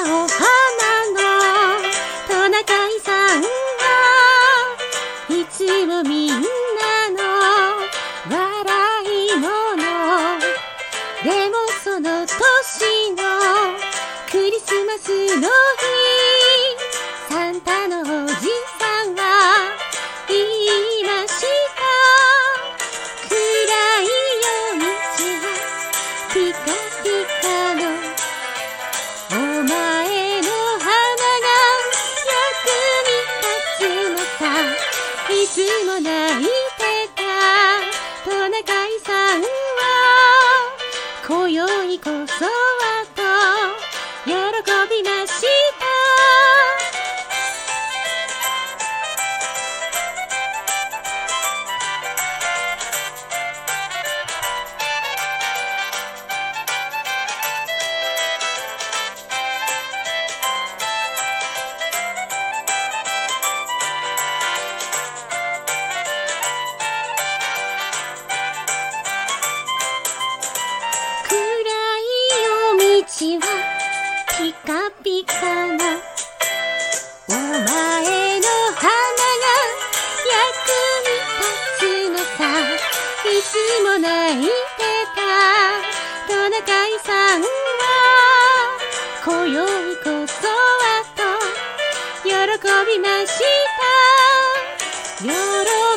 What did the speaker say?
お花のトナカイさんはいつもみんなの笑い者。でもその年のクリスマスの日、サンタのおじさんは言いました。暗い夜道はピカピカのお前の花が役に立つのさ。いつも泣いてたトナカイさんは今宵こそはと喜びました。暗い夜道はピカピカなお前の花が役に立つのさ。いつも泣いてたトナカイさんは今宵こそはと喜びました。